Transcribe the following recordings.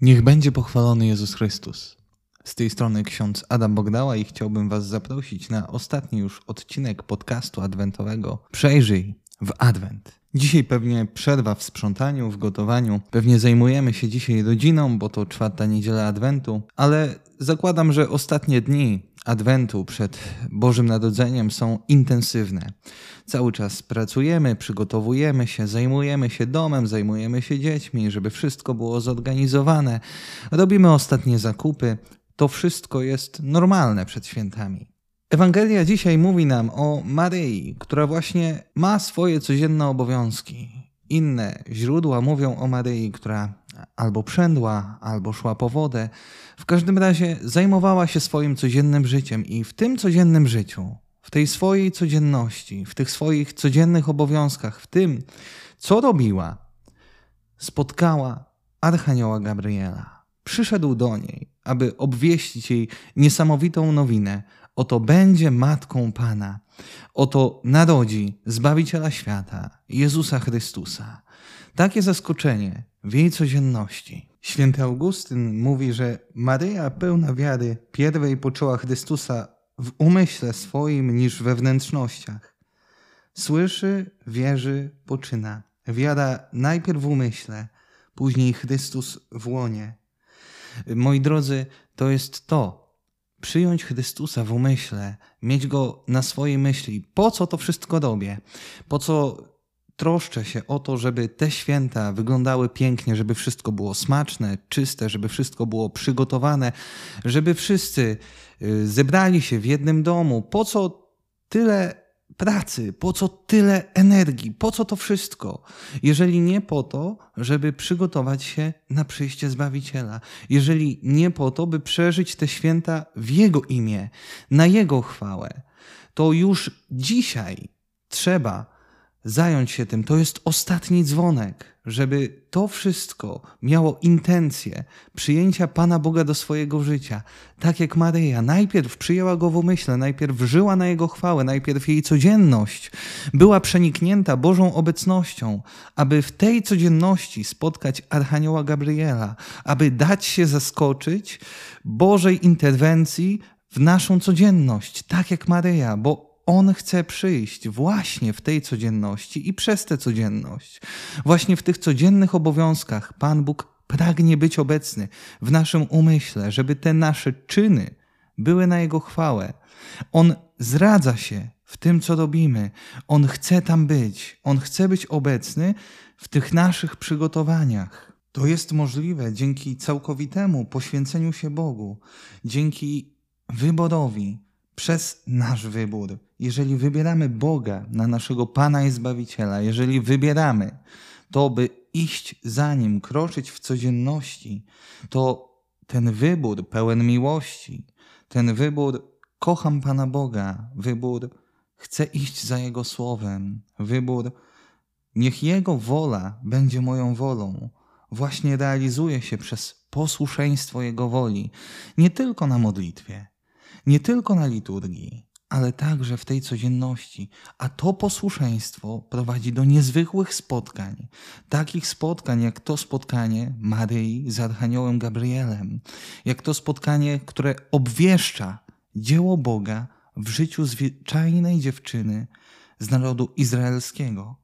Niech będzie pochwalony Jezus Chrystus. Z tej strony ksiądz Adam Bogdała i chciałbym Was zaprosić na ostatni już odcinek podcastu adwentowego Przejrzyj w Adwent. Dzisiaj pewnie przerwa w sprzątaniu, w gotowaniu. Pewnie zajmujemy się dzisiaj rodziną, bo to 4. niedziela Adwentu, ale zakładam, że ostatnie dni Adwentu przed Bożym Narodzeniem są intensywne. Cały czas pracujemy, przygotowujemy się, zajmujemy się domem, zajmujemy się dziećmi, żeby wszystko było zorganizowane. Robimy ostatnie zakupy. To wszystko jest normalne przed świętami. Ewangelia dzisiaj mówi nam o Maryi, która właśnie ma swoje codzienne obowiązki. Inne źródła mówią o Maryi, która albo przędła, albo szła po wodę. W każdym razie zajmowała się swoim codziennym życiem i w tym codziennym życiu, w tej swojej codzienności, w tych swoich codziennych obowiązkach, w tym, co robiła, spotkała Archanioła Gabriela. Przyszedł do niej, aby obwieścić jej niesamowitą nowinę. Oto będzie matką Pana. Oto narodzi Zbawiciela świata, Jezusa Chrystusa. Takie zaskoczenie w jej codzienności. Święty Augustyn mówi, że Maryja pełna wiary pierwej poczęła Chrystusa w umyśle swoim niż we wnętrznościach. Słyszy, wierzy, poczyna. Wiara najpierw w umyśle, później Chrystus w łonie. Moi drodzy, to jest to. Przyjąć Chrystusa w umyśle, mieć Go na swojej myśli. Po co to wszystko robię? Po co troszczę się o to, żeby te święta wyglądały pięknie, żeby wszystko było smaczne, czyste, żeby wszystko było przygotowane, żeby wszyscy zebrali się w jednym domu. Po co tyle pracy, po co tyle energii, po co to wszystko? Jeżeli nie po to, żeby przygotować się na przyjście Zbawiciela. Jeżeli nie po to, by przeżyć te święta w Jego imię, na Jego chwałę. To już dzisiaj trzeba zająć się tym. To jest ostatni dzwonek, żeby to wszystko miało intencję przyjęcia Pana Boga do swojego życia. Tak jak Maryja. Najpierw przyjęła Go w umyśle, najpierw żyła na Jego chwałę, najpierw jej codzienność była przeniknięta Bożą obecnością, aby w tej codzienności spotkać Archanioła Gabriela, aby dać się zaskoczyć Bożej interwencji w naszą codzienność, tak jak Maryja, bo On chce przyjść właśnie w tej codzienności i przez tę codzienność. Właśnie w tych codziennych obowiązkach Pan Bóg pragnie być obecny w naszym umyśle, żeby te nasze czyny były na Jego chwałę. On zradza się w tym, co robimy. On chce tam być. On chce być obecny w tych naszych przygotowaniach. To jest możliwe dzięki całkowitemu poświęceniu się Bogu, dzięki wyborowi, przez nasz wybór. Jeżeli wybieramy Boga na naszego Pana i Zbawiciela, jeżeli wybieramy to, by iść za Nim, kroczyć w codzienności, to ten wybór pełen miłości, ten wybór kocham Pana Boga, wybór chcę iść za Jego słowem, wybór niech Jego wola będzie moją wolą, właśnie realizuje się przez posłuszeństwo Jego woli, nie tylko na modlitwie, nie tylko na liturgii, ale także w tej codzienności. A to posłuszeństwo prowadzi do niezwykłych spotkań. Takich spotkań jak to spotkanie Maryi z Archaniołem Gabrielem. Jak to spotkanie, które obwieszcza dzieło Boga w życiu zwyczajnej dziewczyny z narodu izraelskiego.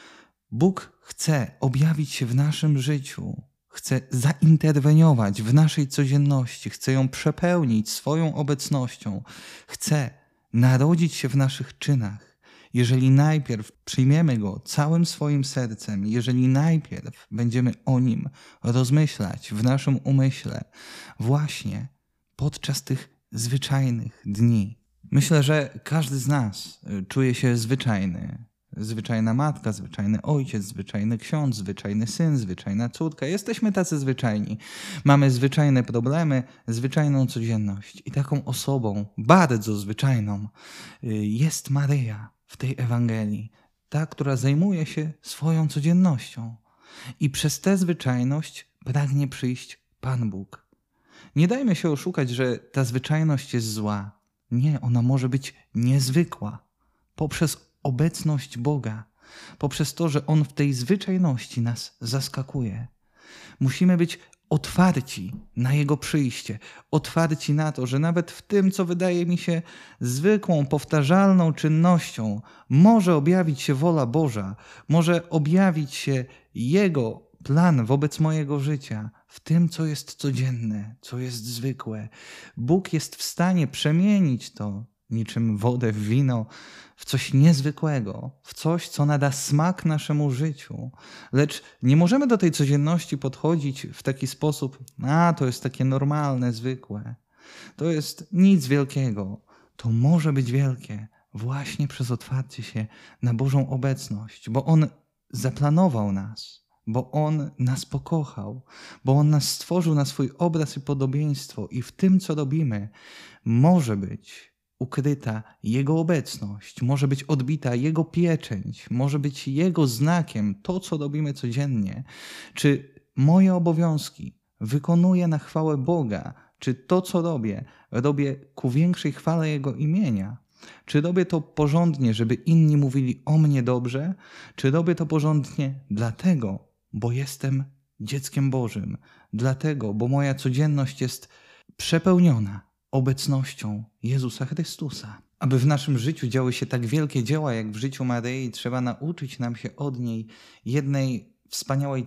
Bóg chce objawić się w naszym życiu. Chce zainterweniować w naszej codzienności, chce ją przepełnić swoją obecnością, chce narodzić się w naszych czynach. Jeżeli najpierw przyjmiemy Go całym swoim sercem, jeżeli najpierw będziemy o Nim rozmyślać w naszym umyśle, właśnie podczas tych zwyczajnych dni. Myślę, że każdy z nas czuje się zwyczajny. Zwyczajna matka, zwyczajny ojciec, zwyczajny ksiądz, zwyczajny syn, zwyczajna córka. Jesteśmy tacy zwyczajni. Mamy zwyczajne problemy, zwyczajną codzienność. I taką osobą bardzo zwyczajną jest Maryja w tej Ewangelii. Ta, która zajmuje się swoją codziennością. I przez tę zwyczajność pragnie przyjść Pan Bóg. Nie dajmy się oszukać, że ta zwyczajność jest zła. Nie, ona może być niezwykła. Poprzez obecność Boga, poprzez to, że On w tej zwyczajności nas zaskakuje. Musimy być otwarci na Jego przyjście, otwarci na to, że nawet w tym, co wydaje mi się zwykłą, powtarzalną czynnością, może objawić się wola Boża, może objawić się Jego plan wobec mojego życia, w tym, co jest codzienne, co jest zwykłe. Bóg jest w stanie przemienić to niczym wodę w wino, w coś niezwykłego, w coś, co nada smak naszemu życiu. Lecz nie możemy do tej codzienności podchodzić w taki sposób, to jest takie normalne, zwykłe. To jest nic wielkiego. To może być wielkie właśnie przez otwarcie się na Bożą obecność, bo On zaplanował nas, bo On nas pokochał, bo On nas stworzył na swój obraz i podobieństwo i w tym, co robimy, może być ukryta Jego obecność, może być odbita Jego pieczęć, może być Jego znakiem to, co robimy codziennie. Czy moje obowiązki wykonuję na chwałę Boga? Czy to, co robię ku większej chwale Jego imienia? Czy robię to porządnie, żeby inni mówili o mnie dobrze? Czy robię to porządnie dlatego, bo jestem dzieckiem Bożym? Dlatego, bo moja codzienność jest przepełniona obecnością Jezusa Chrystusa. Aby w naszym życiu działy się tak wielkie dzieła, jak w życiu Maryi, trzeba nauczyć nam się od niej jednej wspaniałej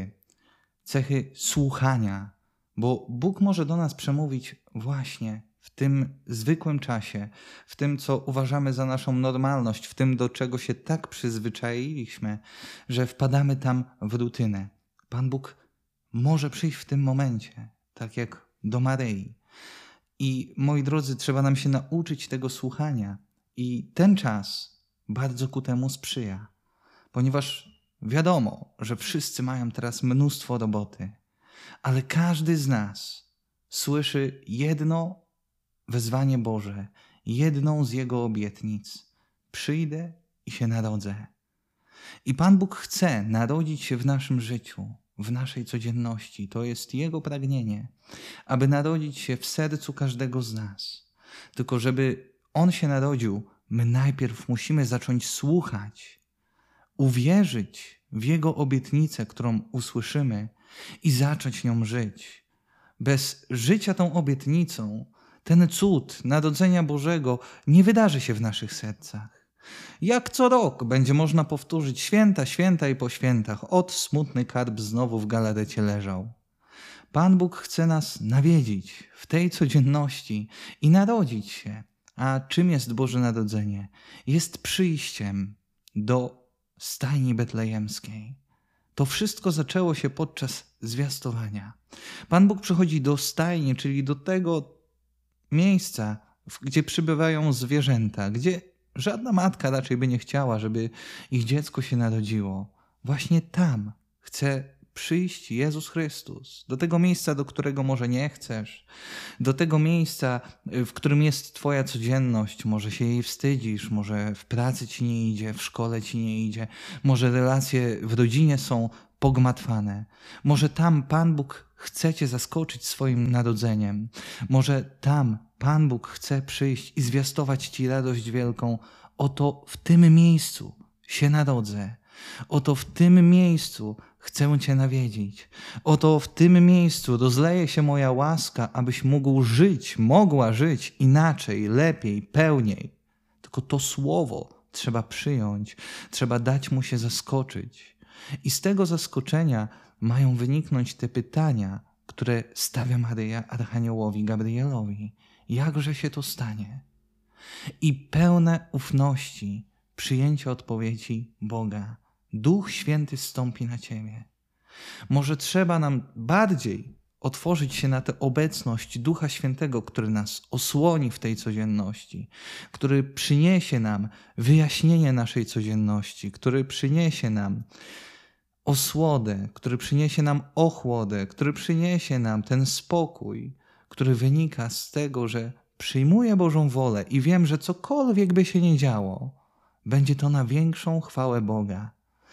cechy słuchania, bo Bóg może do nas przemówić właśnie w tym zwykłym czasie, w tym, co uważamy za naszą normalność, w tym, do czego się tak przyzwyczailiśmy, że wpadamy tam w rutynę. Pan Bóg może przyjść w tym momencie, tak jak do Maryi. I moi drodzy, trzeba nam się nauczyć tego słuchania. I ten czas bardzo ku temu sprzyja. Ponieważ wiadomo, że wszyscy mają teraz mnóstwo roboty. Ale każdy z nas słyszy jedno wezwanie Boże, jedną z Jego obietnic. Przyjdę i się narodzę. I Pan Bóg chce narodzić się w naszym życiu, w naszej codzienności. To jest Jego pragnienie, aby narodzić się w sercu każdego z nas. Tylko żeby On się narodził, my najpierw musimy zacząć słuchać, uwierzyć w Jego obietnicę, którą usłyszymy i zacząć nią żyć. Bez życia tą obietnicą ten cud narodzenia Bożego nie wydarzy się w naszych sercach. Jak co rok będzie można powtórzyć święta i po świętach, od smutny karb znowu w galarecie leżał. Pan Bóg chce nas nawiedzić w tej codzienności i narodzić się. A czym jest Boże Narodzenie? Jest przyjściem do stajni betlejemskiej. To wszystko zaczęło się podczas zwiastowania. Pan Bóg przychodzi do stajni, czyli do tego miejsca, gdzie przybywają zwierzęta, gdzie żadna matka raczej by nie chciała, żeby ich dziecko się narodziło. Właśnie tam chce przyjść Jezus Chrystus. Do tego miejsca, do którego może nie chcesz. Do tego miejsca, w którym jest Twoja codzienność. Może się jej wstydzisz, może w pracy Ci nie idzie, w szkole Ci nie idzie. Może relacje w rodzinie są pogmatwane. Może tam Pan Bóg chce Cię zaskoczyć swoim narodzeniem. Może tam Pan Bóg chce przyjść i zwiastować Ci radość wielką. Oto w tym miejscu się narodzę. Oto w tym miejscu chcę Cię nawiedzić. Oto w tym miejscu rozleje się moja łaska, abyś mógł żyć, mogła żyć inaczej, lepiej, pełniej. Tylko to słowo trzeba przyjąć, trzeba dać mu się zaskoczyć. I z tego zaskoczenia mają wyniknąć te pytania, które stawia Maryja archaniołowi Gabrielowi. Jakże się to stanie? I pełne ufności przyjęcia odpowiedzi Boga. Duch Święty zstąpi na Ciebie. Może trzeba nam bardziej otworzyć się na tę obecność Ducha Świętego, który nas osłoni w tej codzienności, który przyniesie nam wyjaśnienie naszej codzienności, który przyniesie nam osłodę, który przyniesie nam ochłodę, który przyniesie nam ten spokój, który wynika z tego, że przyjmuję Bożą wolę i wiem, że cokolwiek by się nie działo, będzie to na większą chwałę Boga.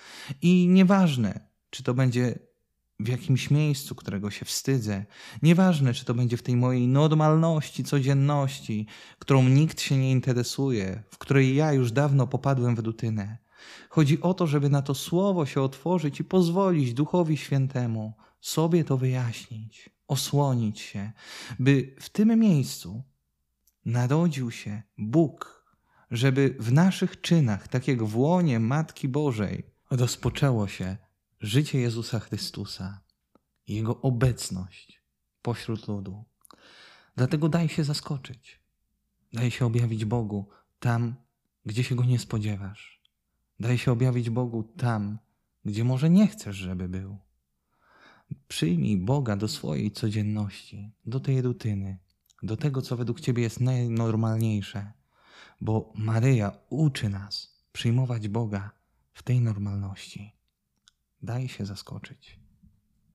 I nieważne, czy to będzie w jakimś miejscu, którego się wstydzę, nieważne, czy to będzie w tej mojej normalności, codzienności, którą nikt się nie interesuje, w której ja już dawno popadłem w rutynę. Chodzi o to, żeby na to słowo się otworzyć i pozwolić Duchowi Świętemu sobie to wyjaśnić, osłonić się, by w tym miejscu narodził się Bóg, żeby w naszych czynach, tak jak w łonie Matki Bożej, rozpoczęło się życie Jezusa Chrystusa, Jego obecność pośród ludu. Dlatego daj się zaskoczyć. Daj się objawić Bogu tam, gdzie się Go nie spodziewasz. Daj się objawić Bogu tam, gdzie może nie chcesz, żeby był. Przyjmij Boga do swojej codzienności, do tej rutyny, do tego, co według Ciebie jest najnormalniejsze, bo Maryja uczy nas przyjmować Boga w tej normalności. Daj się zaskoczyć.